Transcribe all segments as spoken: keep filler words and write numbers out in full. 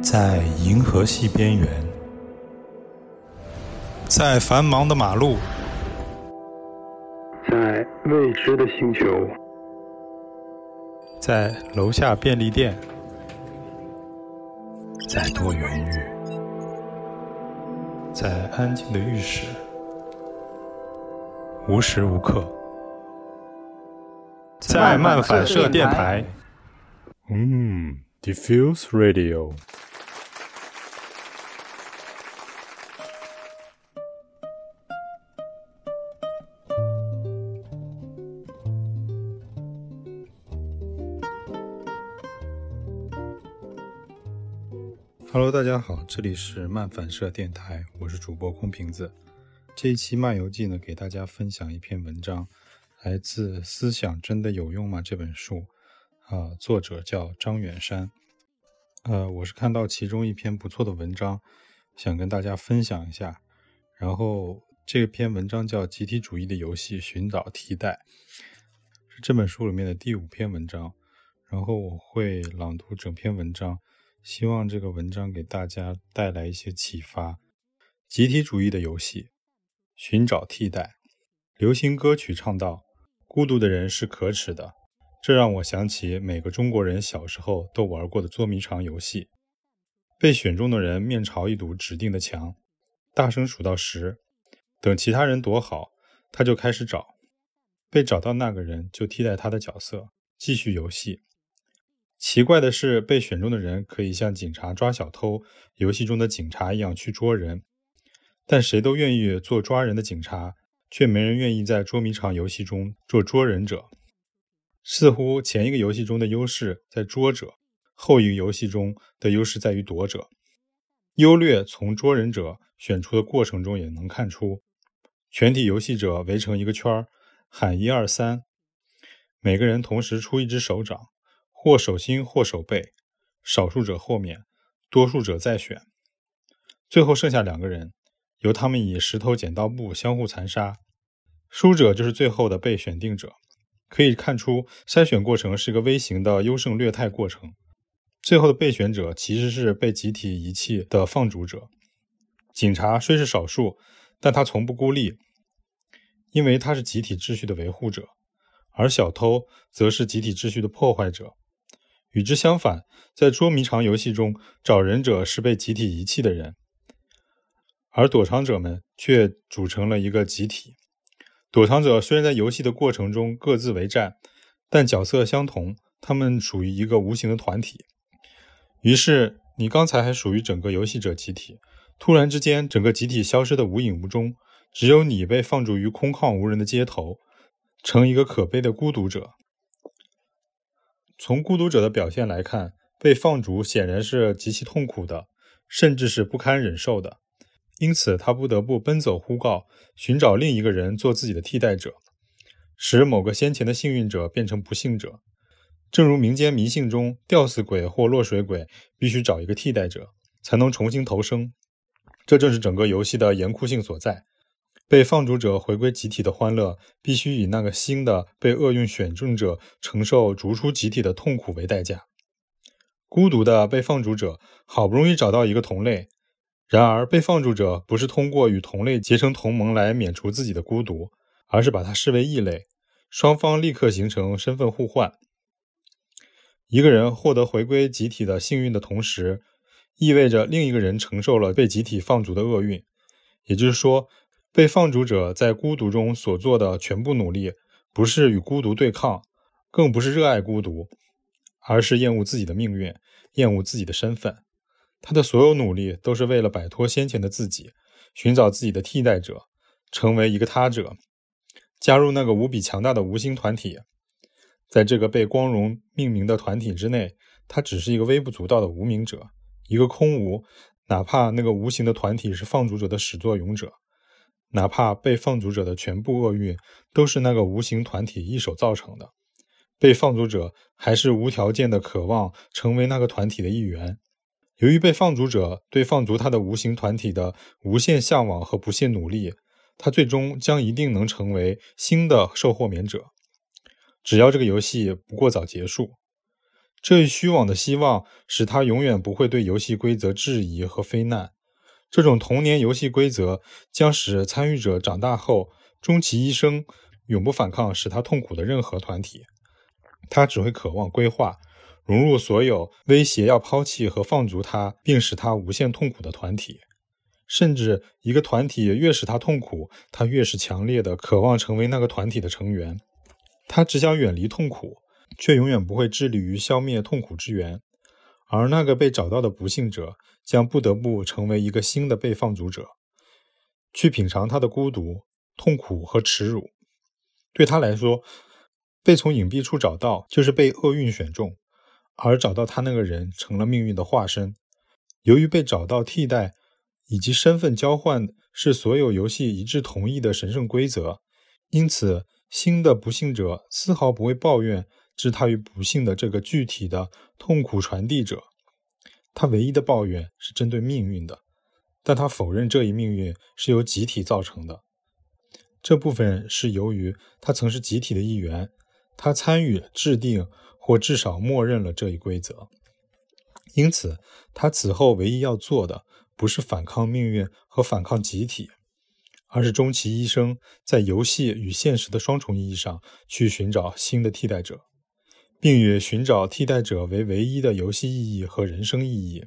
在银河系边缘，在繁忙的马路， 在未知的星球， 在楼下便利店，在多元域，在安静的浴室，无时无刻，在漫反射电台。嗯 Diffuse Radio。Hello， 大家好，这里是漫反射电台，我是主播空瓶子。这一期漫游记呢，给大家分享一篇文章，来自《思想真的有用吗》这本书，啊，作者叫张远山。呃，我是看到其中一篇不错的文章，想跟大家分享一下。然后这篇文章叫《集体主义的游戏：寻找替代》，是这本书里面的第五篇文章。然后我会朗读整篇文章，希望这个文章给大家带来一些启发。集体主义的游戏，寻找替代。流行歌曲唱道：孤独的人是可耻的。这让我想起每个中国人小时候都玩过的捉迷藏游戏。被选中的人面朝一堵指定的墙，大声数到十，等其他人躲好，他就开始找。被找到那个人就替代他的角色，继续游戏。奇怪的是，被选中的人可以像警察抓小偷游戏中的警察一样去捉人，但谁都愿意做抓人的警察，却没人愿意在捉迷藏游戏中做捉人者。似乎前一个游戏中的优势在捉者，后一个游戏中的优势在于夺者。优劣从捉人者选出的过程中也能看出。全体游戏者围成一个圈，喊一二三，每个人同时出一只手掌，或手心或手背，少数者豁免，多数者再选。最后剩下两个人，由他们以石头剪刀布相互残杀，输者就是最后的被选定者。可以看出，筛选过程是个微型的优胜劣汰过程。最后的被选者其实是被集体遗弃的放逐者。警察虽是少数，但他从不孤立，因为他是集体秩序的维护者，而小偷则是集体秩序的破坏者。与之相反，在捉迷藏游戏中，找人者是被集体遗弃的人，而躲藏者们却组成了一个集体。躲藏者虽然在游戏的过程中各自为战，但角色相同，他们属于一个无形的团体。于是你刚才还属于整个游戏者集体，突然之间整个集体消失得无影无踪，只有你被放逐于空旷无人的街头，成一个可悲的孤独者。从孤独者的表现来看，被放逐显然是极其痛苦的，甚至是不堪忍受的。因此他不得不奔走呼告，寻找另一个人做自己的替代者，使某个先前的幸运者变成不幸者。正如民间迷信中，吊死鬼或落水鬼必须找一个替代者，才能重新投生。这正是整个游戏的严酷性所在。被放逐者回归集体的欢乐，必须以那个新的被厄运选中者承受逐出集体的痛苦为代价。孤独的被放逐者好不容易找到一个同类，然而被放逐者不是通过与同类结成同盟来免除自己的孤独，而是把它视为异类，双方立刻形成身份互换。一个人获得回归集体的幸运的同时，意味着另一个人承受了被集体放逐的厄运。也就是说，被放逐者在孤独中所做的全部努力，不是与孤独对抗，更不是热爱孤独，而是厌恶自己的命运，厌恶自己的身份。他的所有努力都是为了摆脱先前的自己，寻找自己的替代者，成为一个他者，加入那个无比强大的无形团体。在这个被光荣命名的团体之内，他只是一个微不足道的无名者，一个空无，哪怕那个无形的团体是放逐者的始作俑者，哪怕被放逐者的全部厄运都是那个无形团体一手造成的，被放逐者还是无条件的渴望成为那个团体的一员。由于被放逐者对放逐他的无形团体的无限向往和不懈努力，他最终将一定能成为新的受豁免者，只要这个游戏不过早结束。 这一虚妄的希望使他永远不会对游戏规则质疑和非难。这种童年游戏规则将使参与者长大后终其一生永不反抗使他痛苦的任何团体。他只会渴望规划，融入所有威胁要抛弃和放逐他并使他无限痛苦的团体。甚至一个团体越使他痛苦，他越是强烈的渴望成为那个团体的成员。他只想远离痛苦，却永远不会致力于消灭痛苦之源。而那个被找到的不幸者将不得不成为一个新的被放逐者，去品尝他的孤独、痛苦和耻辱。对他来说，被从隐蔽处找到就是被厄运选中，而找到他那个人成了命运的化身。由于被找到、替代以及身份交换是所有游戏一致同意的神圣规则，因此新的不幸者丝毫不会抱怨置他于不幸的这个具体的痛苦传递者。他唯一的抱怨是针对命运的，但他否认这一命运是由集体造成的。这部分是由于他曾是集体的一员，他参与制定或至少默认了这一规则。因此他此后唯一要做的不是反抗命运和反抗集体，而是终其一生在游戏与现实的双重意义上去寻找新的替代者，并以寻找替代者为唯一的游戏意义和人生意义。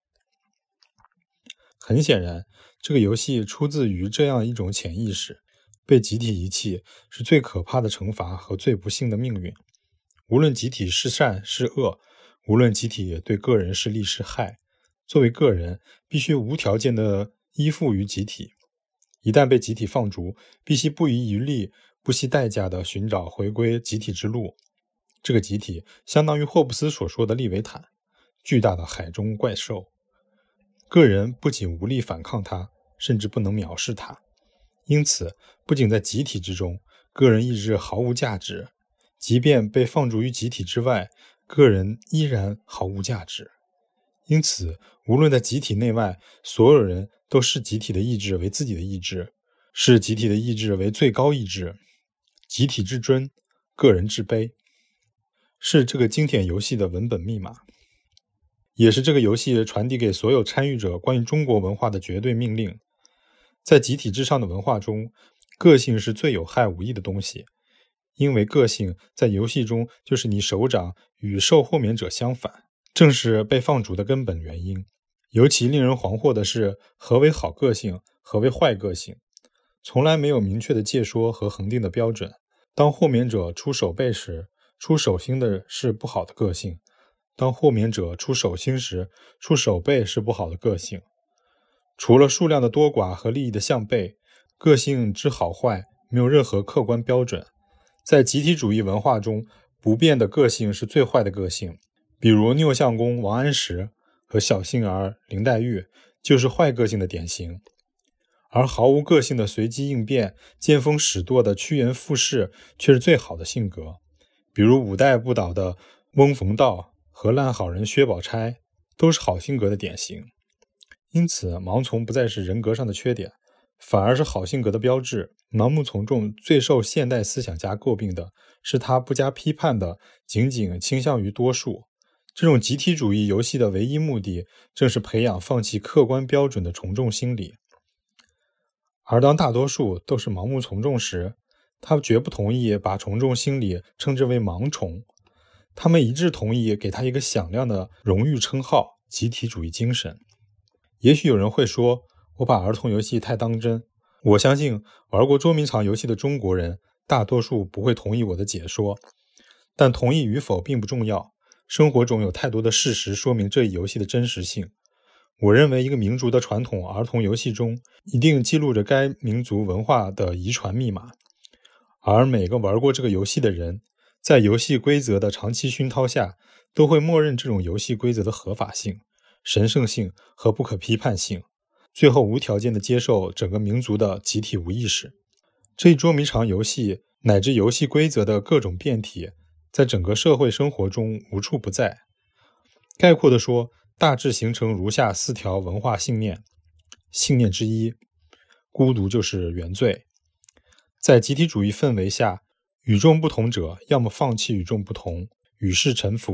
很显然，这个游戏出自于这样一种潜意识：被集体遗弃是最可怕的惩罚和最不幸的命运。无论集体是善是恶，无论集体对个人是利是害，作为个人必须无条件地依附于集体。一旦被集体放逐，必须不遗余力、不惜代价地寻找回归集体之路。这个集体相当于霍布斯所说的利维坦，巨大的海中怪兽。个人不仅无力反抗它，甚至不能藐视它。因此，不仅在集体之中，个人意志毫无价值，即便被放逐于集体之外，个人依然毫无价值。因此，无论在集体内外，所有人都视集体的意志为自己的意志，视集体的意志为最高意志。集体至尊，个人至卑，是这个经典游戏的文本密码，也是这个游戏传递给所有参与者关于中国文化的绝对命令。在集体至上的文化中，个性是最有害无益的东西，因为个性在游戏中就是你首长与受豁免者相反，正是被放逐的根本原因。尤其令人惶惑的是，何为好个性，何为坏个性，从来没有明确的界说和恒定的标准。当豁免者出手背时，出手心的是不好的个性；当豁免者出手心时，出手背是不好的个性。除了数量的多寡和利益的相悖，个性之好坏没有任何客观标准。在集体主义文化中，不变的个性是最坏的个性，比如拗相公王安石和小杏儿林黛玉就是坏个性的典型。而毫无个性的随机应变、见风使舵的趋炎附势却是最好的性格，比如五代不倒的翁逢道和烂好人薛宝钗都是好性格的典型。因此，盲从不再是人格上的缺点，反而是好性格的标志。盲目从众最受现代思想家诟病的是他不加批判的仅仅倾向于多数。这种集体主义游戏的唯一目的正是培养放弃客观标准的从众心理。而当大多数都是盲目从众时，他绝不同意把从众心理称之为盲从，他们一致同意给他一个响亮的荣誉称号——集体主义精神。也许有人会说，我把儿童游戏太当真。我相信玩过捉迷藏游戏的中国人大多数不会同意我的解说，但同意与否并不重要。生活中有太多的事实说明这一游戏的真实性。我认为一个民族的传统儿童游戏中一定记录着该民族文化的遗传密码，而每个玩过这个游戏的人在游戏规则的长期熏陶下都会默认这种游戏规则的合法性、神圣性和不可批判性，最后无条件地接受整个民族的集体无意识。这一捉迷藏游戏乃至游戏规则的各种变体在整个社会生活中无处不在。概括地说，大致形成如下四条文化信念。信念之一，孤独就是原罪。在集体主义氛围下，与众不同者要么放弃与众不同，与世臣服，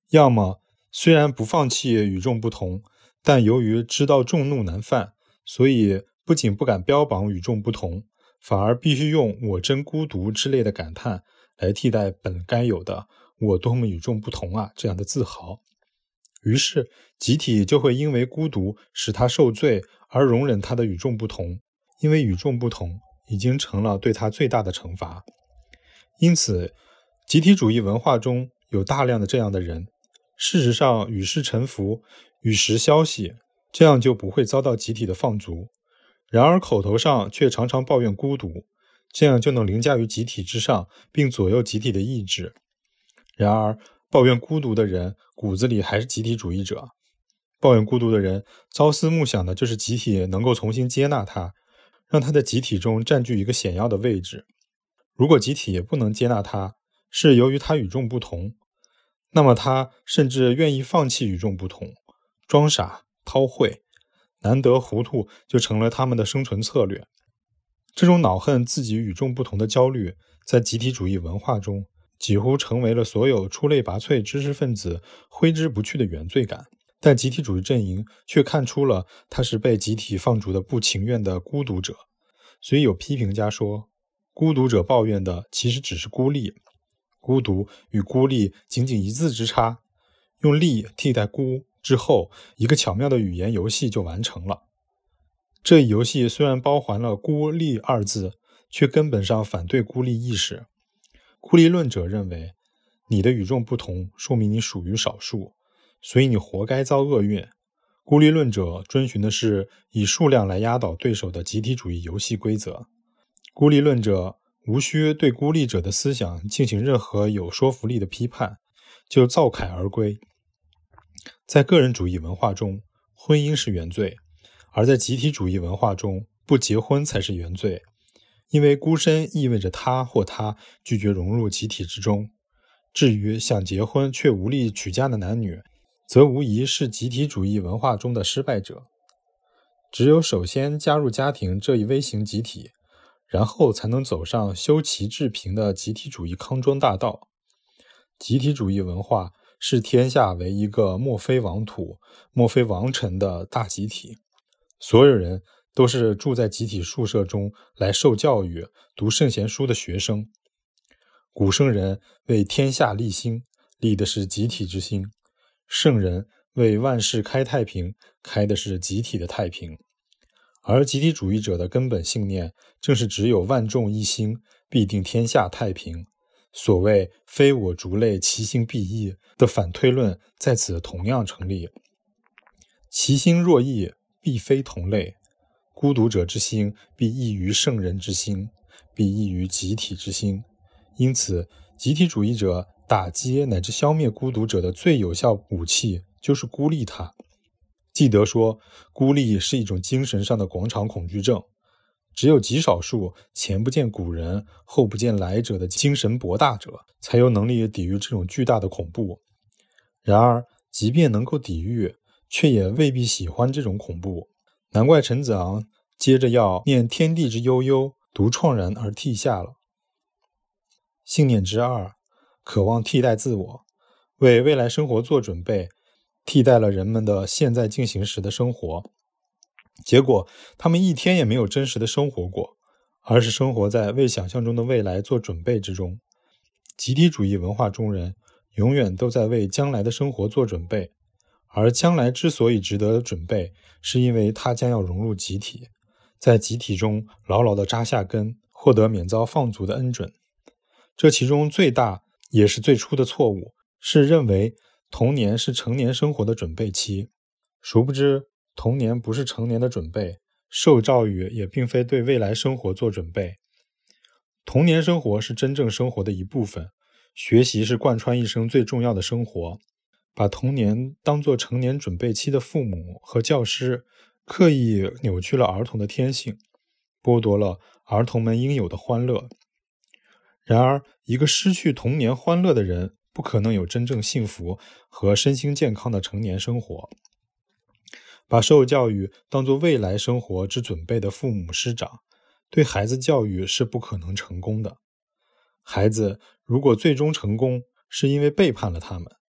要么虽然不放弃与众不同，但由于知道众怒难犯，所以不仅不敢标榜与众不同，反而必须用我真孤独之类的感叹来替代本该有的我多么与众不同啊这样的自豪。于是集体就会因为孤独使他受罪而容忍他的与众不同，因为与众不同已经成了对他最大的惩罚。因此集体主义文化中有大量的这样的人，事实上与世沉浮，与时消息，这样就不会遭到集体的放逐。然而口头上却常常抱怨孤独，这样就能凌驾于集体之上，并左右集体的意志。然而抱怨孤独的人骨子里还是集体主义者，抱怨孤独的人朝思暮想的就是集体能够重新接纳他，让他在集体中占据一个显要的位置。如果集体也不能接纳他，是由于他与众不同，那么他甚至愿意放弃与众不同，装傻韬晦，难得糊涂就成了他们的生存策略。这种恼恨自己与众不同的焦虑，在集体主义文化中几乎成为了所有出类拔萃知识分子挥之不去的原罪感，但集体主义阵营却看出了他是被集体放逐的不情愿的孤独者。所以有批评家说，孤独者抱怨的其实只是孤立，孤独与孤立仅仅一字之差，用立替代孤之后，一个巧妙的语言游戏就完成了。这一游戏虽然包含了孤立二字，却根本上反对孤立意识。孤立论者认为，你的与众不同说明你属于少数，所以你活该遭厄运。孤立论者遵循的是以数量来压倒对手的集体主义游戏规则。孤立论者无需对孤立者的思想进行任何有说服力的批判，就造凯而归。在个人主义文化中，婚姻是原罪，而在集体主义文化中，不结婚才是原罪，因为孤身意味着他或她拒绝融入集体之中。至于想结婚却无力娶家的男女，则无疑是集体主义文化中的失败者。只有首先加入家庭这一微型集体，然后才能走上修齐治平的集体主义康庄大道。集体主义文化视天下为一个莫非王土、莫非王臣的大集体，所有人都是住在集体宿舍中来受教育、读圣贤书的学生。古圣人为天下立心，立的是集体之心；圣人为万世开太平，开的是集体的太平。而集体主义者的根本信念，正是只有万众一心，必定天下太平。所谓非我族类，其心必异的反推论在此同样成立。其心若异，必非同类。孤独者之心必异于圣人之心，必异于集体之心。因此集体主义者打击乃至消灭孤独者的最有效武器就是孤立他。记得说，孤立是一种精神上的广场恐惧症，只有极少数前不见古人后不见来者的精神博大者才有能力抵御这种巨大的恐怖。然而即便能够抵御，却也未必喜欢这种恐怖。难怪陈子昂接着要念天地之悠悠，独怆然而涕下了。信念之二，渴望替代自我，为未来生活做准备，替代了人们的现在进行时的生活。结果他们一天也没有真实的生活过，而是生活在为想象中的未来做准备之中。集体主义文化中人永远都在为将来的生活做准备，而将来之所以值得准备，是因为它将要融入集体，在集体中牢牢地扎下根，获得免遭放逐的恩准。这其中最大也是最初的错误，是认为童年是成年生活的准备期。殊不知童年不是成年的准备，受教育也并非对未来生活做准备。童年生活是真正生活的一部分，学习是贯穿一生最重要的生活。把童年当作成年准备期的父母和教师，刻意扭曲了儿童的天性，剥夺了儿童们应有的欢乐。然而一个失去童年欢乐的人，不可能有真正幸福和身心健康的成年生活。把受教育当作未来生活之准备的父母师长，对孩子教育是不可能成功的。孩子如果最终成功，是因为背叛了他们，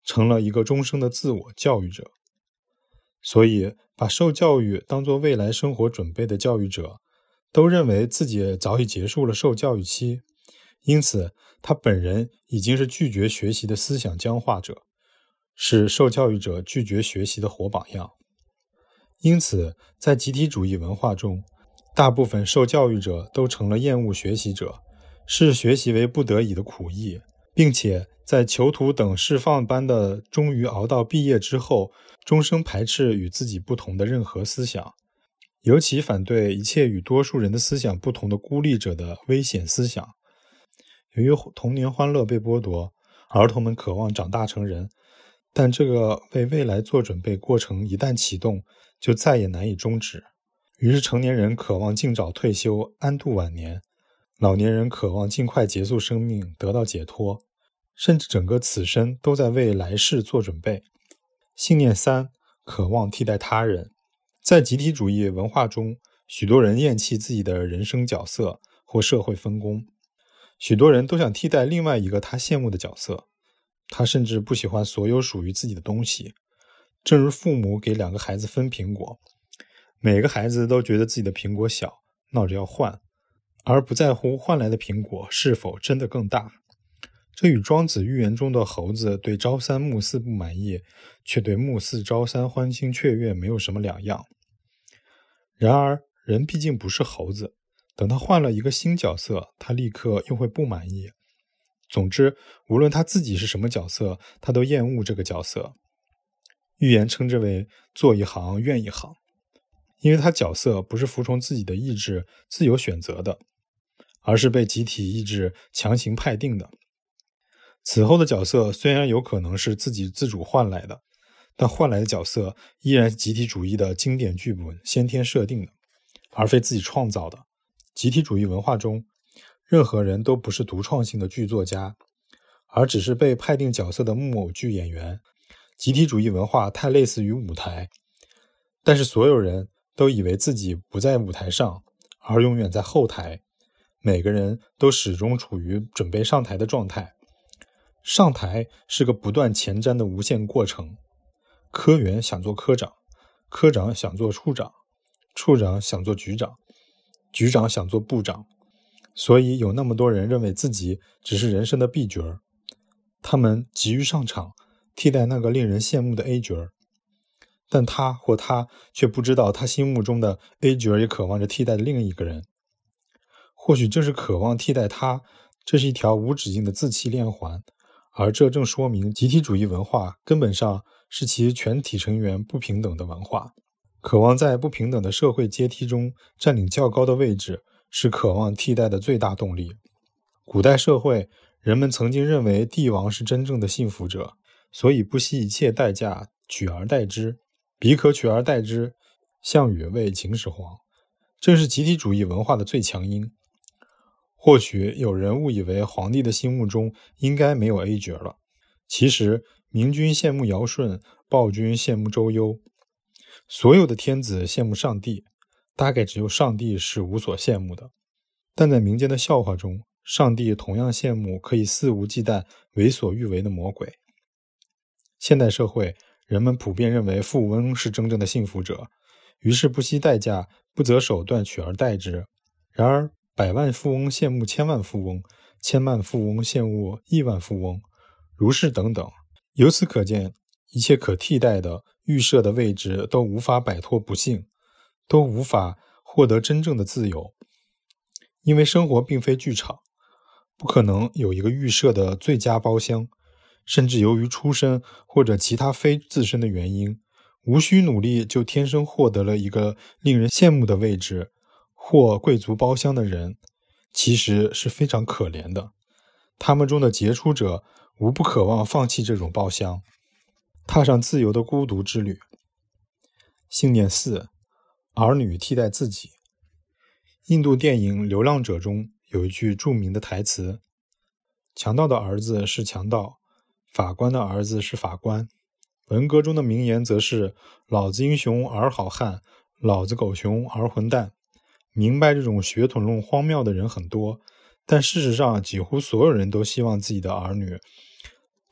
成了一个终生的自我教育者。所以把受教育当作未来生活准备的教育者，都认为自己早已结束了受教育期，因此他本人已经是拒绝学习的思想僵化者，是受教育者拒绝学习的活榜样。因此在集体主义文化中，大部分受教育者都成了厌恶学习者，视学习为不得已的苦役，并且在囚徒等释放般的终于熬到毕业之后，终生排斥与自己不同的任何思想，尤其反对一切与多数人的思想不同的孤立者的危险思想。由于童年欢乐被剥夺，儿童们渴望长大成人，但这个为未来做准备过程一旦启动，就再也难以终止。于是成年人渴望尽早退休，安度晚年，老年人渴望尽快结束生命，得到解脱，甚至整个此生都在为来世做准备。信念三，渴望替代他人。在集体主义文化中，许多人厌弃自己的人生角色或社会分工，许多人都想替代另外一个他羡慕的角色，他甚至不喜欢所有属于自己的东西。正如父母给两个孩子分苹果，每个孩子都觉得自己的苹果小，闹着要换，而不在乎换来的苹果是否真的更大。这与庄子寓言中的猴子对朝三暮四不满意，却对暮四朝三欢欣雀跃没有什么两样。然而人毕竟不是猴子，等他换了一个新角色，他立刻又会不满意。总之，无论他自己是什么角色，他都厌恶这个角色。寓言称之为做一行怨一行，因为他角色不是服从自己的意志自由选择的，而是被集体意志强行派定的。此后的角色虽然有可能是自己自主换来的，但换来的角色依然是集体主义的经典剧本先天设定的，而非自己创造的。集体主义文化中，任何人都不是独创性的剧作家，而只是被派定角色的木偶剧演员。集体主义文化太类似于舞台，但是所有人都以为自己不在舞台上，而永远在后台。每个人都始终处于准备上台的状态。上台是个不断前瞻的无限过程。科员想做科长，科长想做处长，处长想做局长，局长想做部长。所以有那么多人认为自己只是人生的 B 角，他们急于上场，替代那个令人羡慕的 A 角，但他或她却不知道，他心目中的 A 角也渴望着替代另一个人。或许正是渴望替代他，这是一条无止境的自弃链环，而这正说明集体主义文化根本上是其全体成员不平等的文化。渴望在不平等的社会阶梯中占领较高的位置，是渴望替代的最大动力。古代社会，人们曾经认为帝王是真正的幸福者，所以不惜一切代价取而代之。彼可取而代之，项羽为秦始皇，正是集体主义文化的最强音。或许有人误以为皇帝的心目中应该没有 A 角了，其实明君羡慕尧舜，暴君羡慕周幽，所有的天子羡慕上帝，大概只有上帝是无所羡慕的。但在民间的笑话中，上帝同样羡慕可以肆无忌惮为所欲为的魔鬼。现代社会，人们普遍认为富翁是真正的幸福者，于是不惜代价不择手段取而代之。然而百万富翁羡慕千万富翁，千万富翁羡慕亿万富翁，如是等等。由此可见，一切可替代的预设的位置都无法摆脱不幸，都无法获得真正的自由。因为生活并非剧场，不可能有一个预设的最佳包厢，甚至由于出身或者其他非自身的原因，无需努力就天生获得了一个令人羡慕的位置或贵族包厢的人，其实是非常可怜的。他们中的杰出者无不渴望放弃这种包厢，踏上自由的孤独之旅。信念四，儿女替代自己。印度电影《流浪者》中有一句著名的台词：强盗的儿子是强盗，法官的儿子是法官。文革中的名言则是老子英雄儿好汉，老子狗熊儿混蛋。明白这种血统论荒谬的人很多，但事实上几乎所有人都希望自己的儿女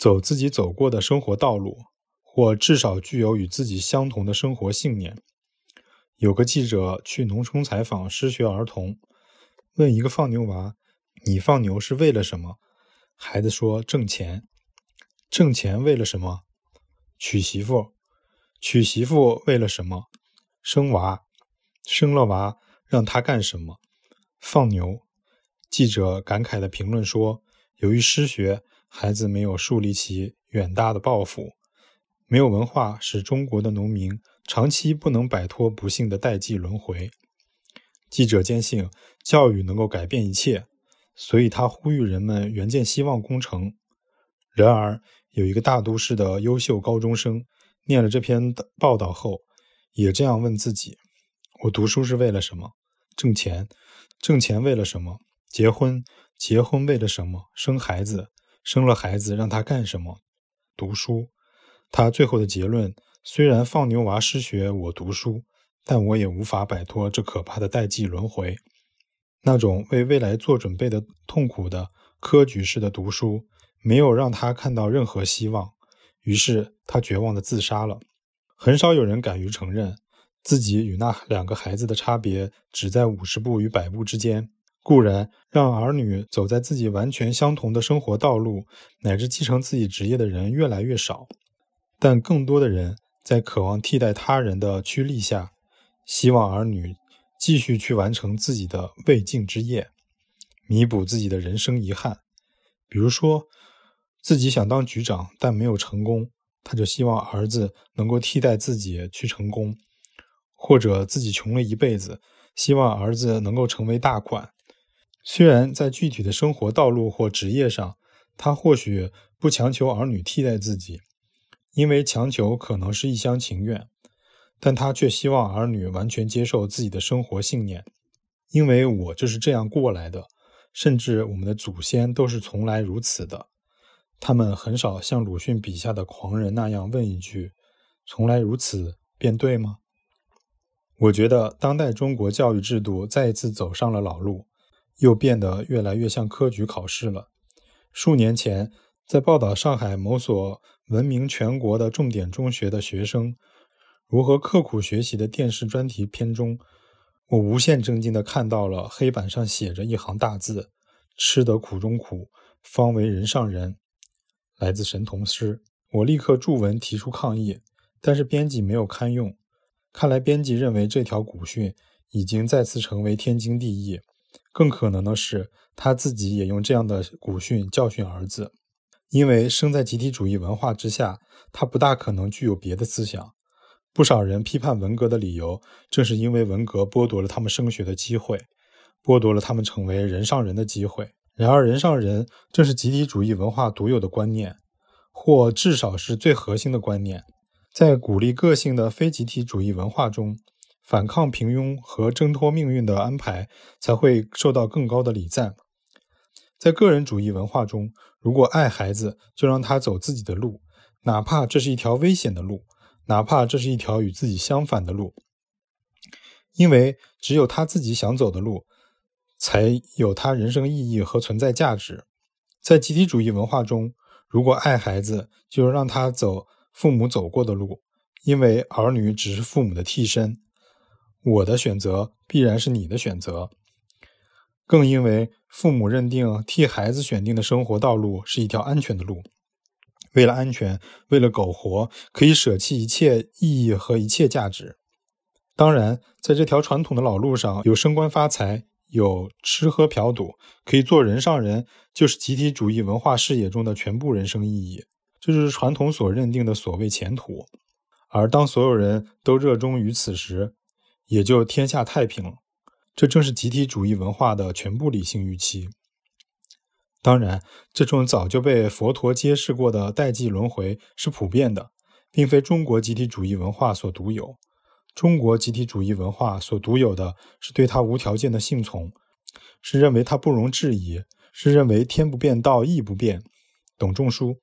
走自己走过的生活道路，或至少具有与自己相同的生活信念。有个记者去农村采访失学儿童，问一个放牛娃，你放牛是为了什么？孩子说，挣钱。挣钱为了什么？娶媳妇。娶媳妇为了什么？生娃。生了娃让他干什么？放牛。记者感慨地评论说，由于失学，孩子没有树立起远大的抱负，没有文化使中国的农民长期不能摆脱不幸的代际轮回。记者坚信教育能够改变一切，所以他呼吁人们援建希望工程。然而，有一个大都市的优秀高中生念了这篇报道后，也这样问自己，我读书是为了什么？挣钱。挣钱为了什么？结婚。结婚为了什么？生孩子。生了孩子让他干什么？读书。他最后的结论，虽然放牛娃失学，我读书，但我也无法摆脱这可怕的代际轮回。那种为未来做准备的痛苦的科举式的读书，没有让他看到任何希望，于是他绝望地自杀了。很少有人敢于承认自己与那两个孩子的差别只在五十步与百步之间。固然让儿女走在自己完全相同的生活道路，乃至继承自己职业的人越来越少，但更多的人在渴望替代他人的驱力下，希望儿女继续去完成自己的未尽之业，弥补自己的人生遗憾。比如说，自己想当局长但没有成功，他就希望儿子能够替代自己去成功，或者自己穷了一辈子，希望儿子能够成为大款。虽然在具体的生活道路或职业上，他或许不强求儿女替代自己，因为强求可能是一厢情愿，但他却希望儿女完全接受自己的生活信念，因为我就是这样过来的，甚至我们的祖先都是从来如此的。他们很少像鲁迅笔下的狂人那样问一句，从来如此便对吗？我觉得当代中国教育制度再一次走上了老路，又变得越来越像科举考试了。数年前，在报道上海某所闻名全国的重点中学的学生如何刻苦学习的电视专题片中，我无限震惊地看到了黑板上写着一行大字，吃得苦中苦，方为人上人。来自神童诗。我立刻著文提出抗议，但是编辑没有刊用。看来编辑认为这条古训已经再次成为天经地义，更可能的是他自己也用这样的古训教训儿子。因为生在集体主义文化之下，他不大可能具有别的思想。不少人批判文革的理由，正是因为文革剥夺了他们升学的机会，剥夺了他们成为人上人的机会。然而人上人正是集体主义文化独有的观念，或至少是最核心的观念。在鼓励个性的非集体主义文化中，反抗平庸和挣脱命运的安排才会受到更高的礼赞。在个人主义文化中，如果爱孩子，就让他走自己的路，哪怕这是一条危险的路，哪怕这是一条与自己相反的路，因为只有他自己想走的路，才有他人生意义和存在价值。在集体主义文化中，如果爱孩子，就让他走父母走过的路，因为儿女只是父母的替身，我的选择必然是你的选择。更因为父母认定替孩子选定的生活道路是一条安全的路，为了安全，为了苟活，可以舍弃一切意义和一切价值。当然，在这条传统的老路上，有升官发财，有吃喝嫖赌，可以做人上人，就是集体主义文化视野中的全部人生意义，这就是传统所认定的所谓前途。而当所有人都热衷于此时，也就天下太平了。这正是集体主义文化的全部理性预期。当然，这种早就被佛陀揭示过的代际轮回是普遍的，并非中国集体主义文化所独有。中国集体主义文化所独有的是对它无条件的信从，是认为它不容置疑，是认为天不变道义不变。董仲舒。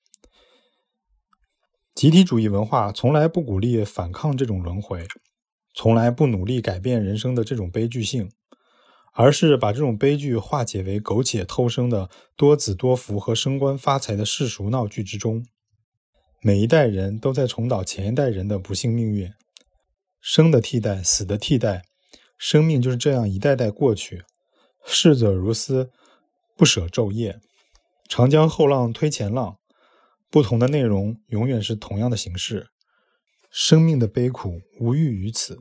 集体主义文化从来不鼓励反抗这种轮回，从来不努力改变人生的这种悲剧性， 而是把这种悲剧化解为苟且偷生的多子多福和升官发财的世俗闹剧之中。每一代人都在重蹈前一代人的不幸命运，生的替代，死的替代，生命就是这样一代代过去，逝者如斯，不舍昼夜。长江后浪推前浪，不同的内容永远是同样的形式。生命的悲苦无异于此。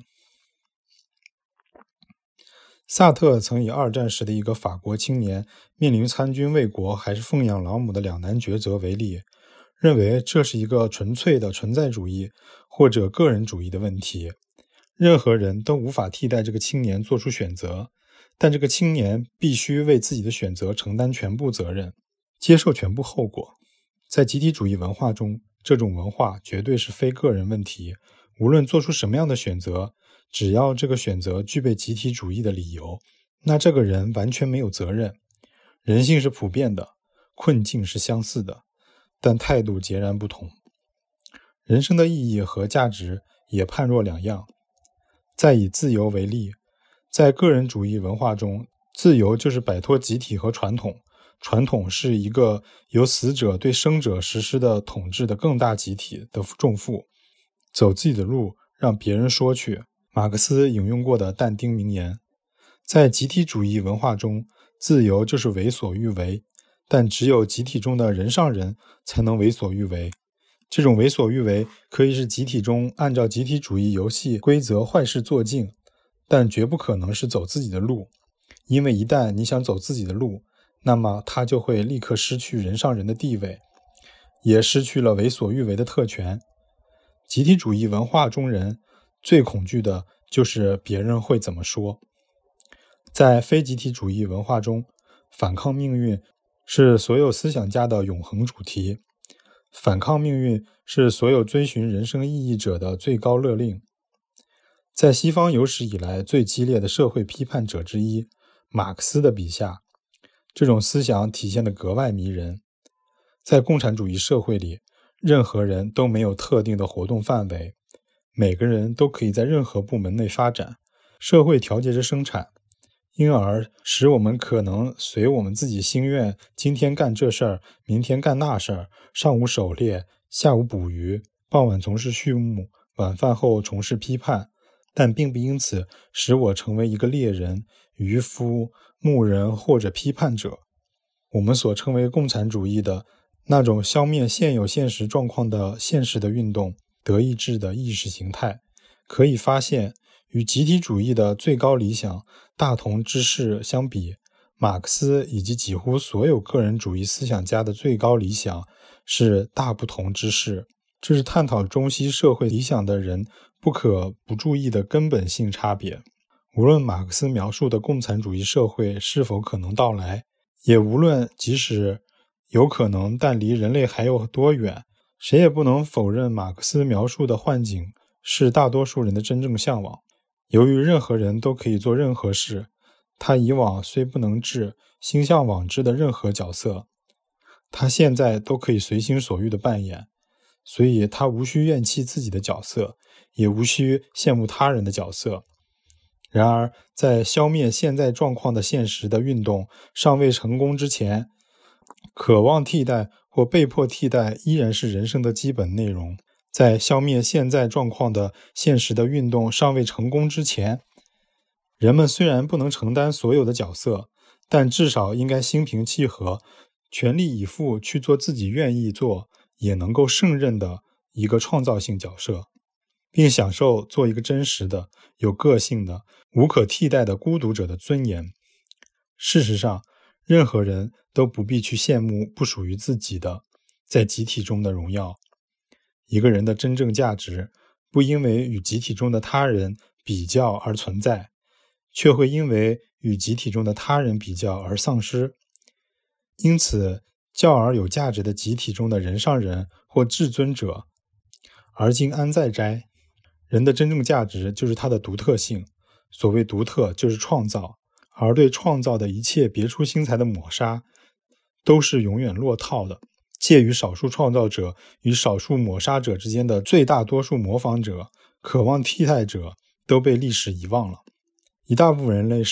萨特曾以二战时的一个法国青年面临参军卫国还是奉养老母的两难抉择为例，认为这是一个纯粹的存在主义或者个人主义的问题，任何人都无法替代这个青年做出选择，但这个青年必须为自己的选择承担全部责任，接受全部后果。在集体主义文化中，这种文化绝对是非个人问题，无论做出什么样的选择，只要这个选择具备集体主义的理由，那这个人完全没有责任。人性是普遍的，困境是相似的，但态度截然不同。人生的意义和价值也判若两样。再以自由为例，在个人主义文化中，自由就是摆脱集体和传统，传统是一个由死者对生者实施的统治的更大集体的重负。走自己的路，让别人说去，马克思引用过的但丁名言。在集体主义文化中，自由就是为所欲为，但只有集体中的人上人才能为所欲为。这种为所欲为可以是集体中按照集体主义游戏规则坏事做尽，但绝不可能是走自己的路，因为一旦你想走自己的路，那么他就会立刻失去人上人的地位，也失去了为所欲为的特权。集体主义文化中人最恐惧的就是别人会怎么说。在非集体主义文化中，反抗命运是所有思想家的永恒主题，反抗命运是所有追寻人生意义者的最高勒令。在西方有史以来最激烈的社会批判者之一，马克思的笔下，这种思想体现得格外迷人。在共产主义社会里，任何人都没有特定的活动范围，每个人都可以在任何部门内发展，社会调节着生产，因而使我们可能随我们自己心愿，今天干这事儿，明天干那事儿，上午狩猎，下午捕鱼，傍晚从事畜牧，晚饭后从事批判，但并不因此使我成为一个猎人、渔夫、牧人或者批判者。我们所称为共产主义的那种消灭现有现实状况的现实的运动，德意志的意识形态，可以发现与集体主义的最高理想大同之势相比，马克思以及几乎所有个人主义思想家的最高理想是大不同之势。这是探讨中西社会理想的人不可不注意的根本性差别。无论马克思描述的共产主义社会是否可能到来，也无论即使有可能但离人类还有多远，谁也不能否认马克思描述的幻境是大多数人的真正向往。由于任何人都可以做任何事，他以往虽不能治心向往之的任何角色，他现在都可以随心所欲地扮演，所以他无需怨弃自己的角色，也无需羡慕他人的角色。然而，在消灭现在状况的现实的运动尚未成功之前，渴望替代或被迫替代依然是人生的基本内容。在消灭现在状况的现实的运动尚未成功之前，人们虽然不能承担所有的角色，但至少应该心平气和，全力以赴去做自己愿意做也能够胜任的一个创造性角色，并享受做一个真实的、有个性的、无可替代的孤独者的尊严。事实上，任何人都不必去羡慕不属于自己的在集体中的荣耀。一个人的真正价值不因为与集体中的他人比较而存在，却会因为与集体中的他人比较而丧失。因此，较而有价值的集体中的人上人或至尊者，而今安在哉？人的真正价值就是他的独特性，所谓独特就是创造，而对创造的一切别出心裁的抹杀，都是永远落套的。介于少数创造者与少数抹杀者之间的最大多数模仿者、渴望替代者都被历史遗忘了。一大部分人类史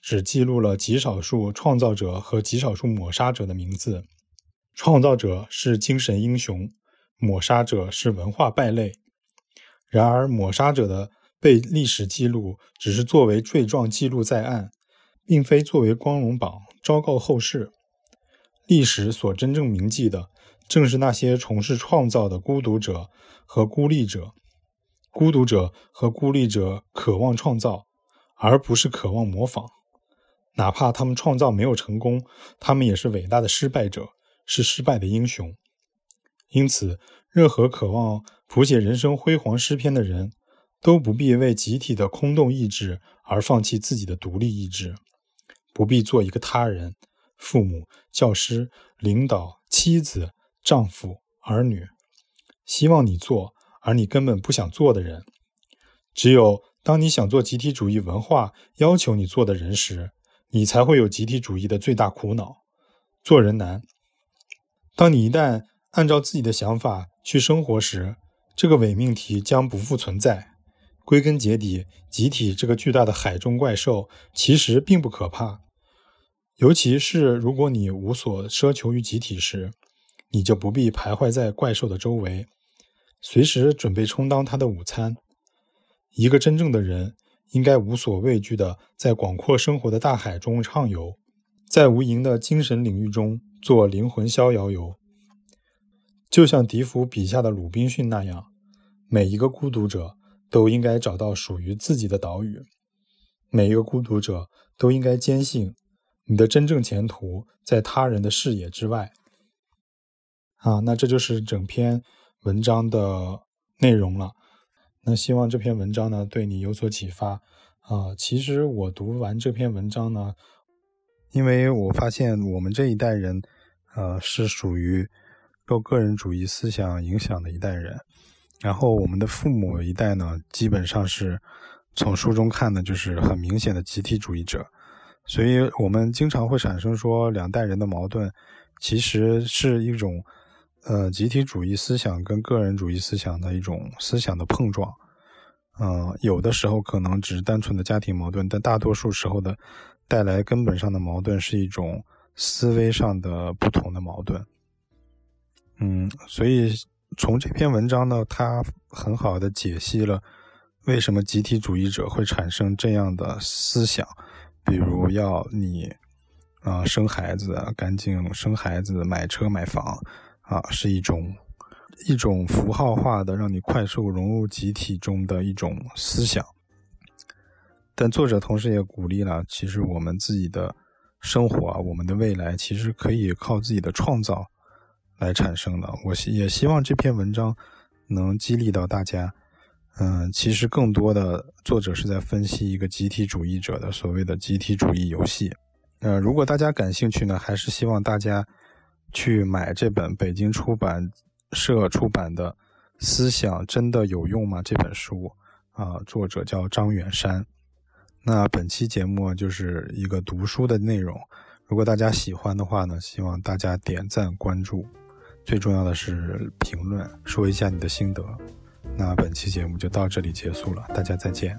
只记录了极少数创造者和极少数抹杀者的名字。创造者是精神英雄，抹杀者是文化败类。然而抹杀者的被历史记录只是作为罪状记录在案，并非作为光荣榜昭告后世。历史所真正铭记的正是那些从事创造的孤独者和孤立者。孤独者和孤立者渴望创造，而不是渴望模仿。哪怕他们创造没有成功，他们也是伟大的失败者，是失败的英雄。因此，任何渴望谱写人生辉煌诗篇的人，都不必为集体的空洞意志而放弃自己的独立意志，不必做一个他人，父母、教师、领导、妻子、丈夫、儿女，希望你做而你根本不想做的人。只有当你想做集体主义文化要求你做的人时，你才会有集体主义的最大苦恼，做人难。当你一旦按照自己的想法去生活时，这个伪命题将不复存在。归根结底，集体这个巨大的海中怪兽其实并不可怕，尤其是如果你无所奢求于集体时，你就不必徘徊在怪兽的周围，随时准备充当他的午餐。一个真正的人应该无所畏惧地在广阔生活的大海中畅游，在无垠的精神领域中做灵魂逍遥游。就像笛福笔下的鲁滨逊那样，每一个孤独者都应该找到属于自己的岛屿，每一个孤独者都应该坚信你的真正前途在他人的视野之外。啊，那这就是整篇文章的内容了。那希望这篇文章呢对你有所启发。啊，其实我读完这篇文章呢，因为我发现我们这一代人，呃，是属于受个人主义思想影响的一代人。然后我们的父母一代呢，基本上是从书中看的就是很明显的集体主义者，所以我们经常会产生说两代人的矛盾其实是一种呃集体主义思想跟个人主义思想的一种思想的碰撞。呃，有的时候可能只是单纯的家庭矛盾，但大多数时候的带来根本上的矛盾是一种思维上的不同的矛盾。嗯，所以从这篇文章呢，它很好的解析了为什么集体主义者会产生这样的思想，比如要你啊、呃、生孩子，赶紧生孩子，买车买房啊，是一种一种符号化的让你快速融入集体中的一种思想。但作者同时也鼓励了，其实我们自己的生活啊，我们的未来其实可以靠自己的创造来产生的。我也希望这篇文章能激励到大家。嗯，其实更多的作者是在分析一个集体主义者的所谓的集体主义游戏。呃，如果大家感兴趣呢，还是希望大家去买这本北京出版社出版的《思想真的有用吗》这本书啊、呃，作者叫张远山。那本期节目就是一个读书的内容，如果大家喜欢的话呢，希望大家点赞关注，最重要的是评论，说一下你的心得。那本期节目就到这里结束了，大家再见。